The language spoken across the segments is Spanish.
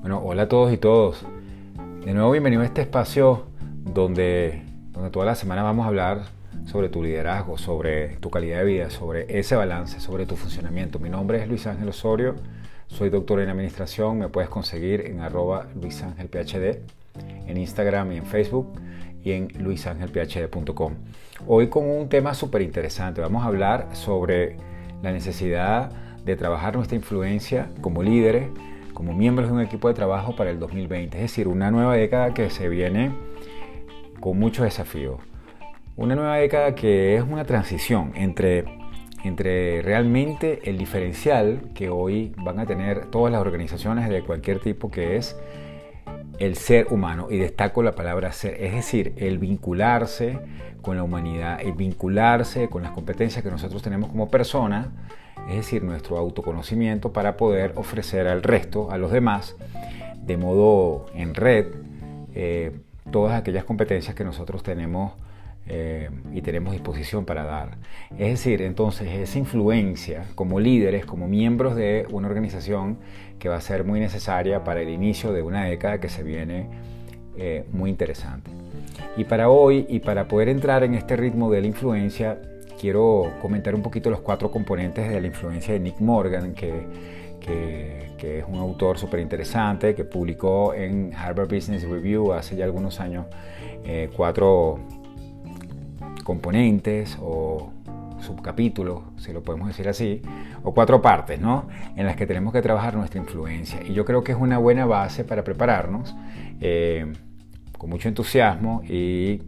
Bueno, hola a todos y todos. De nuevo, bienvenido a este espacio donde toda la semana vamos a hablar sobre tu liderazgo, sobre tu calidad de vida, sobre ese balance, sobre tu funcionamiento. Mi nombre es Luis Ángel Osorio, soy doctor en administración. Me puedes conseguir en @luisangelphd, en Instagram y en Facebook, y en luisangelphd.com. Hoy con un tema súper interesante. Vamos a hablar sobre la necesidad de trabajar nuestra influencia como líderes, como miembros de un equipo de trabajo para el 2020, es decir, una nueva década que se viene con muchos desafíos. Una nueva década que es una transición entre realmente el diferencial que hoy van a tener todas las organizaciones de cualquier tipo, que es el ser humano, y destaco la palabra ser, es decir, el vincularse con la humanidad, el vincularse con las competencias que nosotros tenemos como personas, es decir, nuestro autoconocimiento para poder ofrecer al resto, a los demás, de modo en red, todas aquellas competencias que nosotros tenemos y tenemos disposición para dar. Es decir, entonces, esa influencia como líderes, como miembros de una organización, que va a ser muy necesaria para el inicio de una década que se viene muy interesante. Y para hoy, y para poder entrar en este ritmo de la influencia, quiero comentar un poquito los 4 componentes de la influencia de Nick Morgan, que es un autor súper interesante, que publicó en Harvard Business Review hace ya algunos años 4 componentes o subcapítulos, si lo podemos decir así, o 4 partes, ¿no?, en las que tenemos que trabajar nuestra influencia. Y yo creo que es una buena base para prepararnos con mucho entusiasmo y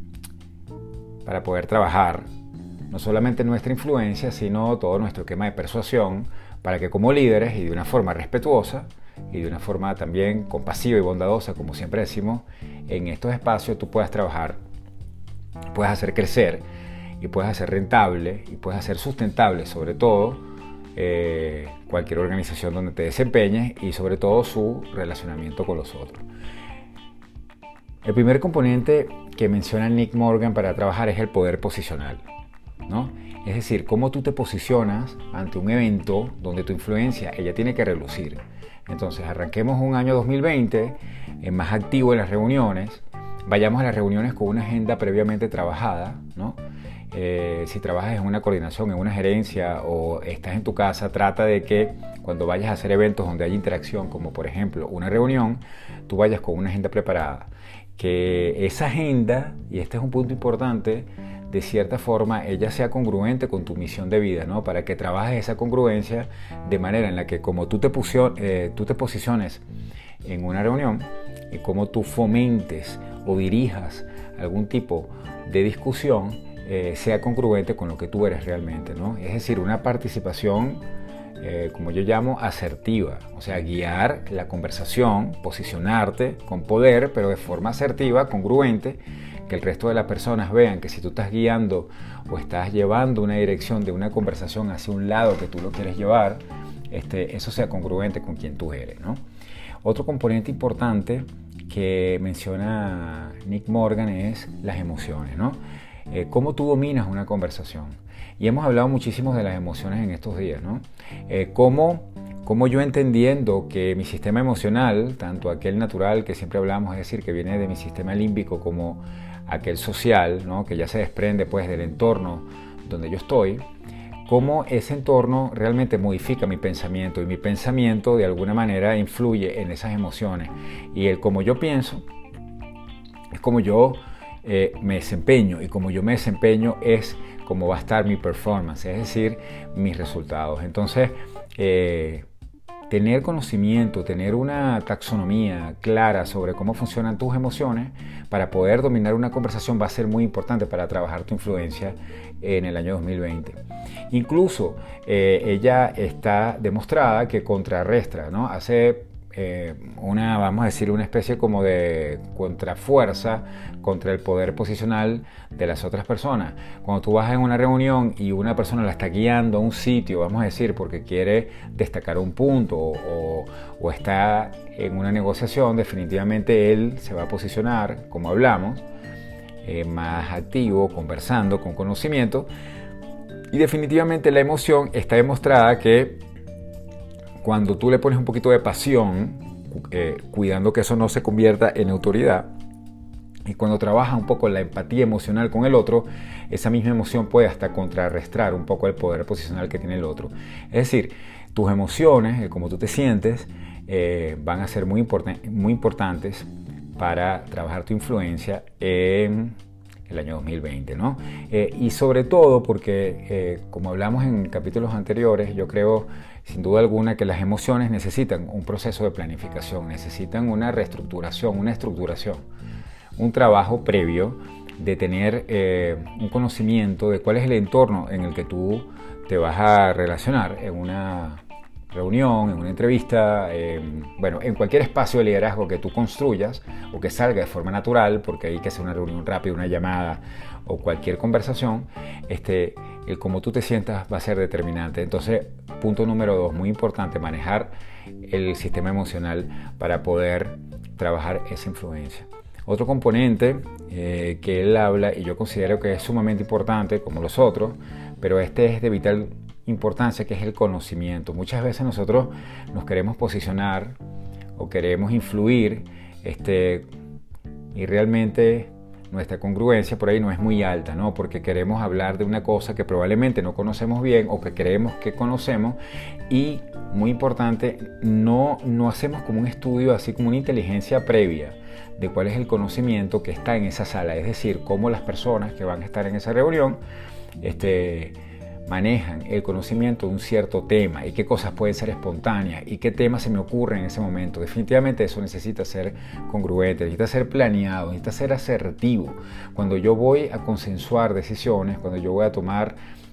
para poder trabajar no solamente nuestra influencia, sino todo nuestro esquema de persuasión, para que como líderes, y de una forma respetuosa y de una forma también compasiva y bondadosa, como siempre decimos en estos espacios, tú puedas trabajar, puedas hacer crecer y puedas hacer rentable y puedas hacer sustentable, sobre todo, cualquier organización donde te desempeñes, y sobre todo su relacionamiento con los otros. El primer componente que menciona Nick Morgan para trabajar es el poder posicional, ¿no? Es decir, cómo tú te posicionas ante un evento donde tu influencia ella tiene que relucir. Entonces, arranquemos un año 2020 más activo en las reuniones. Vayamos a las reuniones con una agenda previamente trabajada, ¿no? Si trabajas en una coordinación, en una gerencia, o estás en tu casa, trata de que cuando vayas a hacer eventos donde hay interacción, como por ejemplo una reunión, tú vayas con una agenda preparada. Que esa agenda, y este es un punto importante, de cierta forma ella sea congruente con tu misión de vida, ¿no? Para que trabajes esa congruencia de manera en la que como tú te posiciones en una reunión, y como tú fomentes o dirijas algún tipo de discusión, sea congruente con lo que tú eres realmente, ¿no? Es decir, una participación, como yo llamo, asertiva, o sea, guiar la conversación, posicionarte con poder, pero de forma asertiva, congruente, que el resto de las personas vean que si tú estás guiando o estás llevando una dirección de una conversación hacia un lado que tú lo quieres llevar, eso sea congruente con quien tú eres, ¿no? Otro componente importante que menciona Nick Morgan es las emociones, ¿no? Cómo tú dominas una conversación. Y hemos hablado muchísimo de las emociones en estos días, ¿no? Cómo yo, entendiendo que mi sistema emocional, tanto aquel natural que siempre hablamos, es decir, que viene de mi sistema límbico, como aquel social, ¿no?, que ya se desprende pues del entorno donde yo estoy, cómo ese entorno realmente modifica mi pensamiento, y mi pensamiento de alguna manera influye en esas emociones, y el cómo yo pienso es como yo me desempeño, y como yo me desempeño es como va a estar mi performance, es decir, mis resultados. Entonces, tener conocimiento, tener una taxonomía clara sobre cómo funcionan tus emociones para poder dominar una conversación va a ser muy importante para trabajar tu influencia en el año 2020. Incluso ella está demostrada que contrarresta, ¿no? Hace vamos a decir, una especie como de contrafuerza contra el poder posicional de las otras personas. Cuando tú vas en una reunión y una persona la está guiando a un sitio, vamos a decir, porque quiere destacar un punto o está en una negociación, definitivamente él se va a posicionar, como hablamos, más activo, conversando, con conocimiento, y definitivamente la emoción está demostrada que cuando tú le pones un poquito de pasión cuidando que eso no se convierta en autoridad. Y cuando trabajas un poco la empatía emocional con el otro, esa misma emoción puede hasta contrarrestar un poco el poder posicional que tiene el otro. Es decir, tus emociones, cómo tú te sientes, van a ser muy importantes para trabajar tu influencia en el año 2020, ¿no? Y sobre todo porque, como hablamos en capítulos anteriores, yo creo sin duda alguna que las emociones necesitan un proceso de planificación, necesitan una reestructuración, una estructuración, un trabajo previo de tener un conocimiento de cuál es el entorno en el que tú te vas a relacionar en una reunión, en una entrevista, bueno, en cualquier espacio de liderazgo que tú construyas o que salga de forma natural, porque hay que hacer una reunión rápida, una llamada o cualquier conversación, el cómo tú te sientas va a ser determinante. Entonces, punto número 2, muy importante, manejar el sistema emocional para poder trabajar esa influencia. Otro componente que él habla y yo considero que es sumamente importante, como los otros, pero este es de vital importancia, que es el conocimiento. Muchas veces nosotros nos queremos posicionar o queremos influir y realmente nuestra congruencia por ahí no es muy alta, ¿no? Porque queremos hablar de una cosa que probablemente no conocemos bien o que creemos que conocemos y, muy importante, no hacemos como un estudio, así como una inteligencia previa de cuál es el conocimiento que está en esa sala, es decir, cómo las personas que van a estar en esa reunión manejan el conocimiento de un cierto tema y qué cosas pueden ser espontáneas y qué temas se me ocurren en ese momento. Definitivamente eso necesita ser congruente, necesita ser planeado, necesita ser asertivo. Cuando yo voy a consensuar decisiones, cuando yo voy a tomar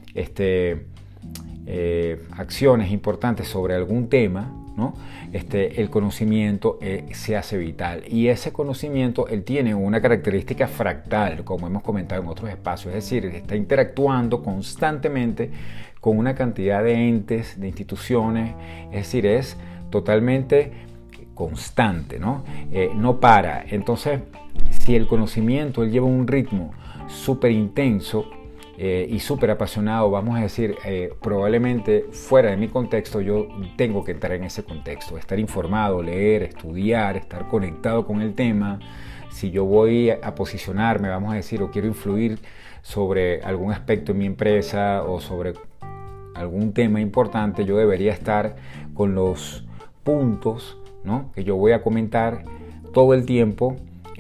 acciones importantes sobre algún tema, ¿no? El conocimiento se hace vital y ese conocimiento él tiene una característica fractal, como hemos comentado en otros espacios, es decir, está interactuando constantemente con una cantidad de entes, de instituciones, es decir, es totalmente constante, ¿no? No para. Entonces, si el conocimiento él lleva un ritmo súper intenso, y súper apasionado, vamos a decir, probablemente fuera de mi contexto yo tengo que entrar en ese contexto, estar informado, leer, estudiar, estar conectado con el tema. Si yo voy a posicionarme, vamos a decir, o quiero influir sobre algún aspecto en mi empresa o sobre algún tema importante, yo debería estar con los puntos, ¿no?, que yo voy a comentar todo el tiempo,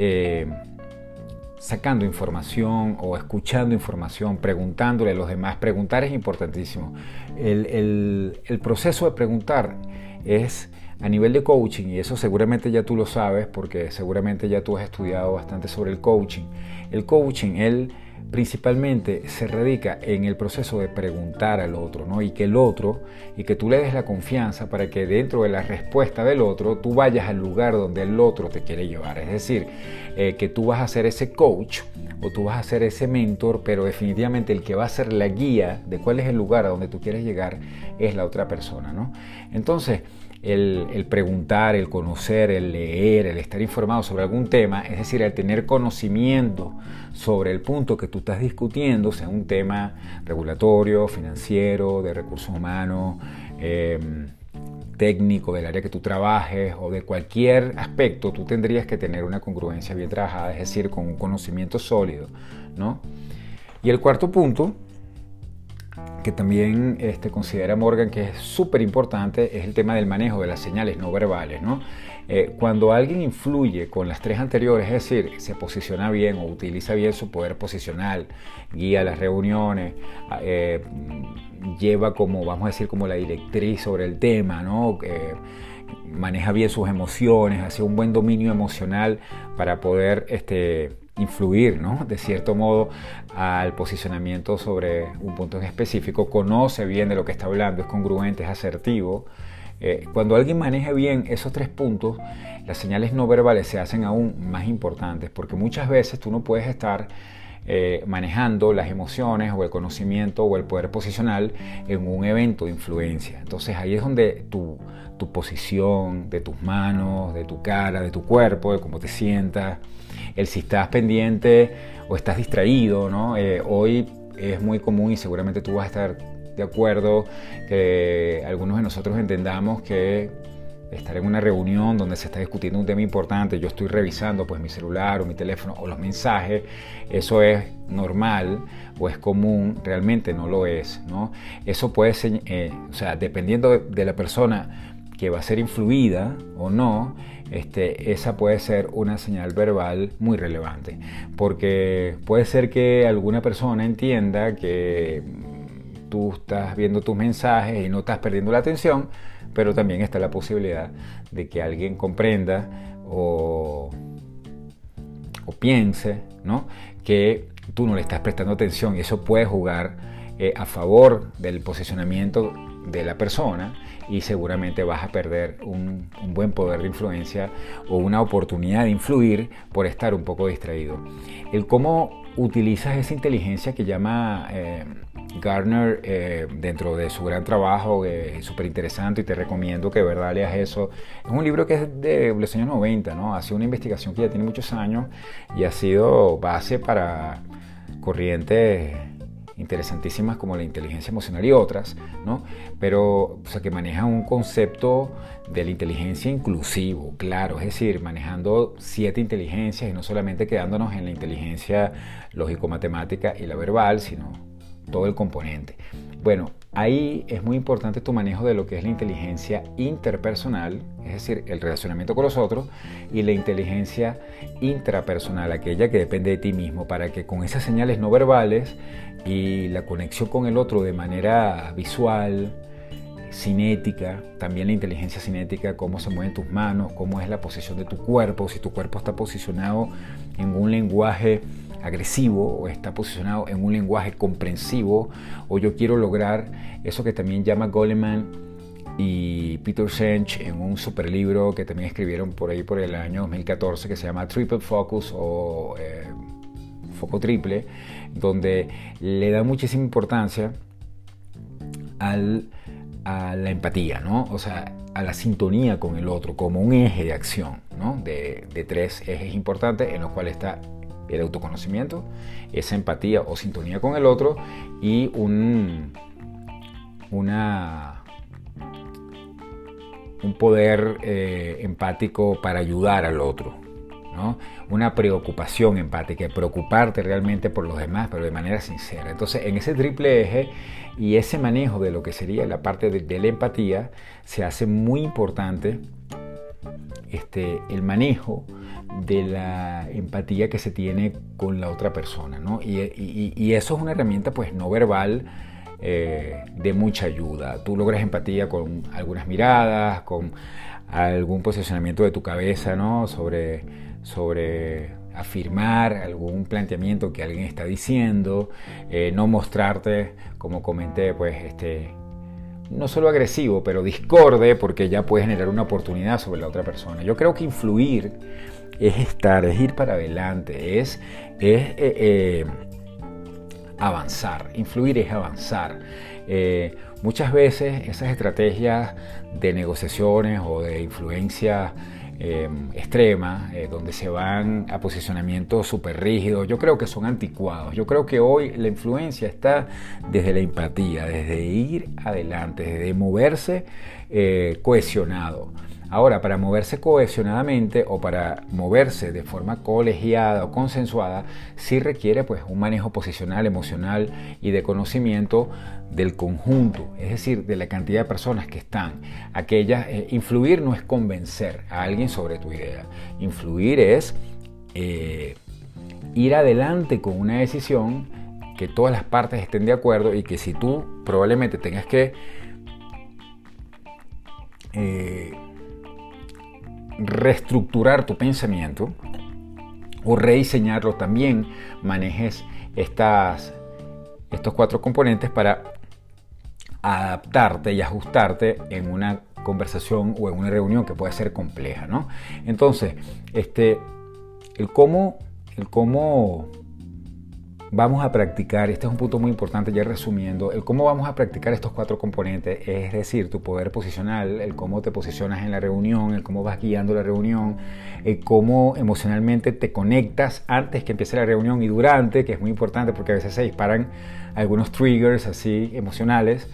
sacando información o escuchando información, preguntándole a los demás. Preguntar es importantísimo. El proceso de preguntar es a nivel de coaching, y eso seguramente ya tú lo sabes porque seguramente ya tú has estudiado bastante sobre el coaching. El coaching, él principalmente se radica en el proceso de preguntar al otro, ¿no? Y que el otro, y que tú le des la confianza para que dentro de la respuesta del otro tú vayas al lugar donde el otro te quiere llevar. Es decir, que tú vas a ser ese coach o tú vas a ser ese mentor, pero definitivamente el que va a ser la guía de cuál es el lugar a donde tú quieres llegar es la otra persona, ¿no? Entonces, el preguntar, el conocer, el leer, el estar informado sobre algún tema, es decir, el tener conocimiento sobre el punto que tú estás discutiendo, sea un tema regulatorio, financiero, de recursos humanos, técnico, del área que tú trabajes o de cualquier aspecto, tú tendrías que tener una congruencia bien trabajada, es decir, con un conocimiento sólido, ¿no? Y el cuarto punto, que también considera Morgan que es súper importante, es el tema del manejo de las señales no verbales, ¿no? Cuando alguien influye con las tres anteriores, es decir, se posiciona bien o utiliza bien su poder posicional, guía las reuniones, lleva como, vamos a decir, como la directriz sobre el tema, ¿no? Maneja bien sus emociones, hace un buen dominio emocional para poder influir, ¿no?, de cierto modo al posicionamiento sobre un punto en específico, conoce bien de lo que está hablando, es congruente, es asertivo. Cuando alguien maneja bien esos tres puntos, las señales no verbales se hacen aún más importantes, porque muchas veces tú no puedes estar manejando las emociones o el conocimiento o el poder posicional en un evento de influencia. Entonces ahí es donde tu posición, de tus manos, de tu cara, de tu cuerpo, de cómo te sientas, el si estás pendiente o estás distraído, ¿no? Hoy es muy común y seguramente tú vas a estar de acuerdo que algunos de nosotros entendamos que estar en una reunión donde se está discutiendo un tema importante, yo estoy revisando pues mi celular o mi teléfono o los mensajes, eso es normal o es común, realmente no lo es, ¿no? Eso puede ser, o sea, dependiendo de la persona que va a ser influida o no, esa puede ser una señal verbal muy relevante, porque puede ser que alguna persona entienda que tú estás viendo tus mensajes y no estás perdiendo la atención, pero también está la posibilidad de que alguien comprenda o piense, ¿no?, que tú no le estás prestando atención, y eso puede jugar a favor del posicionamiento de la persona, y seguramente vas a perder un buen poder de influencia o una oportunidad de influir por estar un poco distraído. El cómo utilizas esa inteligencia que llama Gardner dentro de su gran trabajo, súper interesante, y te recomiendo que de verdad leas eso. Es un libro que es de los años 90, ¿no? Ha sido una investigación que ya tiene muchos años y ha sido base para corrientes interesantísimas como la inteligencia emocional y otras, ¿no? Pero, o sea, que maneja un concepto de la inteligencia inclusivo, claro, es decir, manejando 7 inteligencias y no solamente quedándonos en la inteligencia lógico-matemática y la verbal, sino todo el componente. Bueno, ahí es muy importante tu manejo de lo que es la inteligencia interpersonal, es decir, el relacionamiento con los otros, y la inteligencia intrapersonal, aquella que depende de ti mismo, para que con esas señales no verbales y la conexión con el otro de manera visual, cinética, también la inteligencia cinética, cómo se mueven tus manos, cómo es la posición de tu cuerpo, si tu cuerpo está posicionado en un lenguaje agresivo o está posicionado en un lenguaje comprensivo, o yo quiero lograr eso que también llama Goleman y Peter Senge en un super libro que también escribieron por ahí por el año 2014, que se llama Triple Focus o Foco Triple, donde le da muchísima importancia a la empatía, ¿no? O sea, a la sintonía con el otro como un eje de acción, ¿no? De 3 ejes importantes en los cuales está el autoconocimiento, esa empatía o sintonía con el otro, y un poder empático para ayudar al otro, ¿no? Una preocupación empática, preocuparte realmente por los demás, pero de manera sincera. Entonces, en ese triple eje y ese manejo de lo que sería la parte de la empatía, se hace muy importante el manejo de la empatía que se tiene con la otra persona, ¿no? Y eso es una herramienta pues no verbal de mucha ayuda. Tú logras empatía con algunas miradas, con algún posicionamiento de tu cabeza, ¿no? sobre afirmar algún planteamiento que alguien está diciendo, no mostrarte, como comenté, pues no solo agresivo, pero discorde, porque ya puede generar una oportunidad sobre la otra persona. Yo creo que influir es ir para adelante, es avanzar. Influir es avanzar. Muchas veces esas estrategias de negociaciones o de influencia extrema, donde se van a posicionamientos súper rígidos, yo creo que son anticuados. Yo creo que hoy la influencia está desde la empatía, desde ir adelante, desde moverse cohesionado. Ahora, para moverse cohesionadamente o para moverse de forma colegiada o consensuada, sí requiere pues un manejo posicional, emocional y de conocimiento del conjunto, es decir, de la cantidad de personas que están. Influir no es convencer a alguien sobre tu idea. Influir es ir adelante con una decisión que todas las partes estén de acuerdo, y que si tú probablemente tengas que reestructurar tu pensamiento o rediseñarlo, también manejes estos 4 componentes para adaptarte y ajustarte en una conversación o en una reunión que puede ser compleja, ¿no? Entonces, el cómo vamos a practicar, este es un punto muy importante, ya resumiendo, el cómo vamos a practicar estos 4 componentes, es decir, tu poder posicional, el cómo te posicionas en la reunión, el cómo vas guiando la reunión, el cómo emocionalmente te conectas antes que empiece la reunión y durante, que es muy importante porque a veces se disparan algunos triggers así emocionales,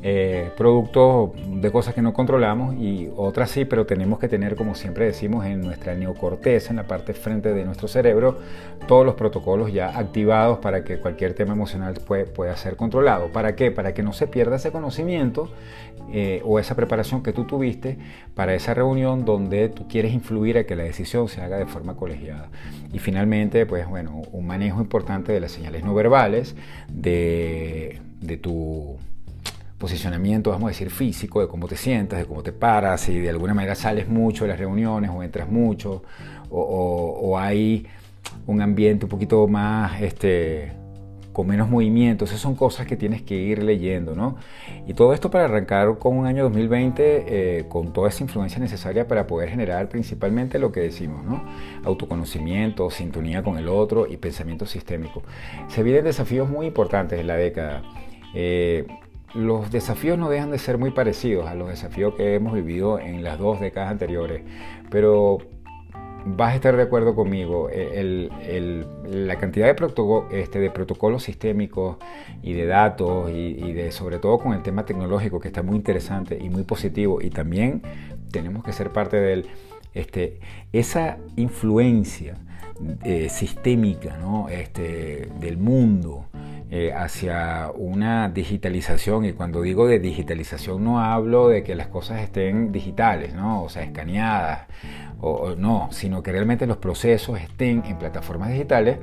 producto de cosas que no controlamos y otras sí, pero tenemos que tener, como siempre decimos, en nuestra neocorteza, en la parte frente de nuestro cerebro, todos los protocolos ya activados para que cualquier tema emocional pueda ser controlado. ¿Para qué? Para que no se pierda ese conocimiento o esa preparación que tú tuviste para esa reunión donde tú quieres influir a que la decisión se haga de forma colegiada. Y finalmente, pues bueno, un manejo importante de las señales no verbales, de tu posicionamiento, vamos a decir, físico, de cómo te sientas, de cómo te paras, si de alguna manera sales mucho de las reuniones o entras mucho, o hay un ambiente un poquito más con menos movimiento. Esas son cosas que tienes que ir leyendo, ¿no? Y todo esto para arrancar con un año 2020 con toda esa influencia necesaria para poder generar principalmente lo que decimos, ¿no? Autoconocimiento, sintonía con el otro y pensamiento sistémico. Se vienen desafíos muy importantes en la década. Los desafíos no dejan de ser muy parecidos a los desafíos que hemos vivido en las 2 décadas anteriores, pero vas a estar de acuerdo conmigo, la cantidad de protocolos sistémicos y de datos y de, sobre todo con el tema tecnológico, que está muy interesante y muy positivo, y también tenemos que ser parte de él, esa influencia sistémica, ¿no? Del mundo hacia una digitalización. Y cuando digo de digitalización no hablo de que las cosas estén digitales, ¿no? O sea, escaneadas, o no, sino que realmente los procesos estén en plataformas digitales.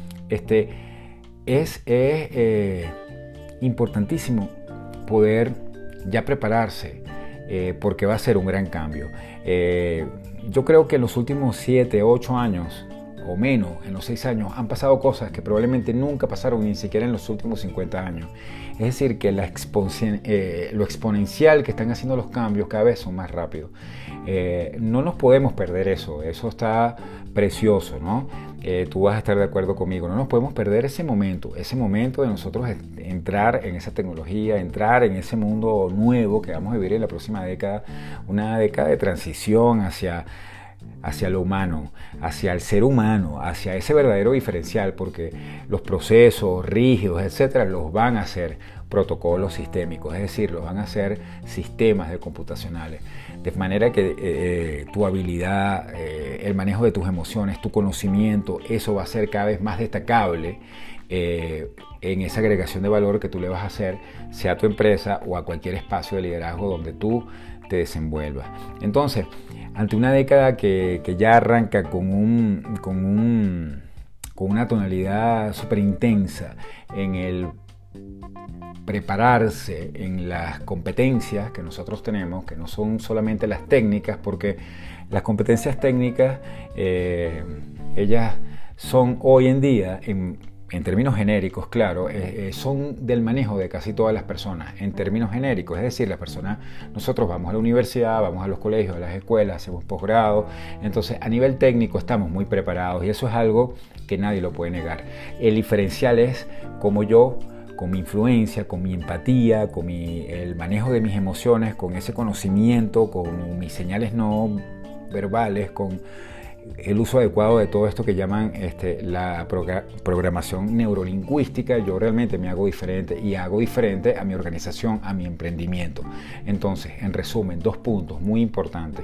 Es importantísimo poder ya prepararse porque va a ser un gran cambio. Yo creo que en los últimos 7, 8 años o menos, en los 6 años, han pasado cosas que probablemente nunca pasaron ni siquiera en los últimos 50 años. Es decir, que lo exponencial que están haciendo los cambios cada vez son más rápidos. No nos podemos perder eso está precioso, ¿no? Tú vas a estar de acuerdo conmigo, no nos podemos perder ese momento de nosotros entrar en esa tecnología, entrar en ese mundo nuevo que vamos a vivir en la próxima década, una década de transición hacia lo humano, hacia el ser humano, hacia ese verdadero diferencial, porque los procesos rígidos, etcétera, los van a hacer protocolos sistémicos, es decir, los van a hacer sistemas de computacionales, de manera que tu habilidad, el manejo de tus emociones, tu conocimiento, eso va a ser cada vez más destacable en esa agregación de valor que tú le vas a hacer, sea a tu empresa o a cualquier espacio de liderazgo donde tú te desenvuelvas. Entonces, ante una década que ya arranca con una tonalidad súper intensa en el prepararse, en las competencias que nosotros tenemos, que no son solamente las técnicas, porque las competencias técnicas, ellas son hoy en día, en términos genéricos, claro, son del manejo de casi todas las personas, en términos genéricos, es decir, las personas, nosotros vamos a la universidad, vamos a los colegios, a las escuelas, hacemos posgrado, entonces a nivel técnico estamos muy preparados y eso es algo que nadie lo puede negar. El diferencial es cómo yo, con mi influencia, con mi empatía, con el manejo de mis emociones, con ese conocimiento, con mis señales no verbales, con el uso adecuado de todo esto que llaman la programación neurolingüística, yo realmente me hago diferente y hago diferente a mi organización, a mi emprendimiento. Entonces, en resumen, 2 puntos muy importantes.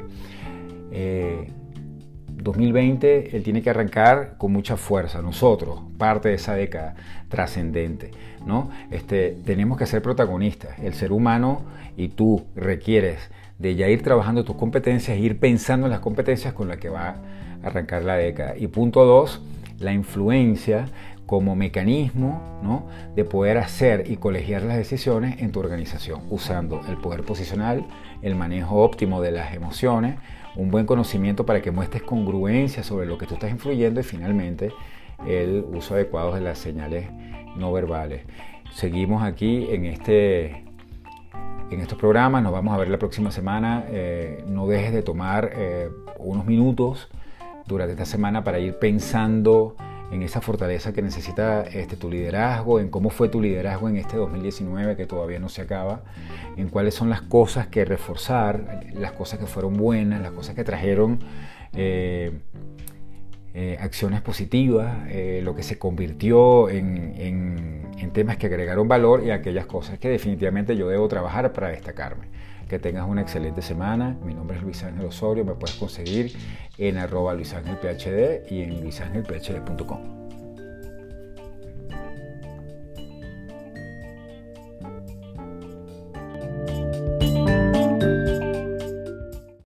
2020 él tiene que arrancar con mucha fuerza. Nosotros, parte de esa década trascendente, ¿no? Tenemos que ser protagonistas. El ser humano y tú requieres de ya ir trabajando tus competencias, ir pensando en las competencias con las que va a arrancar la década. Y punto 2, la influencia como mecanismo, ¿no?, de poder hacer y colegiar las decisiones en tu organización, usando el poder posicional, el manejo óptimo de las emociones, un buen conocimiento para que muestres congruencia sobre lo que tú estás influyendo y finalmente el uso adecuado de las señales no verbales. Seguimos aquí en estos programas, nos vamos a ver la próxima semana. No dejes de tomar unos minutos durante esta semana para ir pensando en esa fortaleza que necesita tu liderazgo, en cómo fue tu liderazgo en este 2019 que todavía no se acaba, en cuáles son las cosas que reforzar, las cosas que fueron buenas, las cosas que trajeron acciones positivas, lo que se convirtió en temas que agregaron valor y aquellas cosas que definitivamente yo debo trabajar para destacarme. Que tengas una excelente semana. Mi nombre es Luis Ángel Osorio. Me puedes conseguir en @LuisAngelPhD y en luisangelphd.com.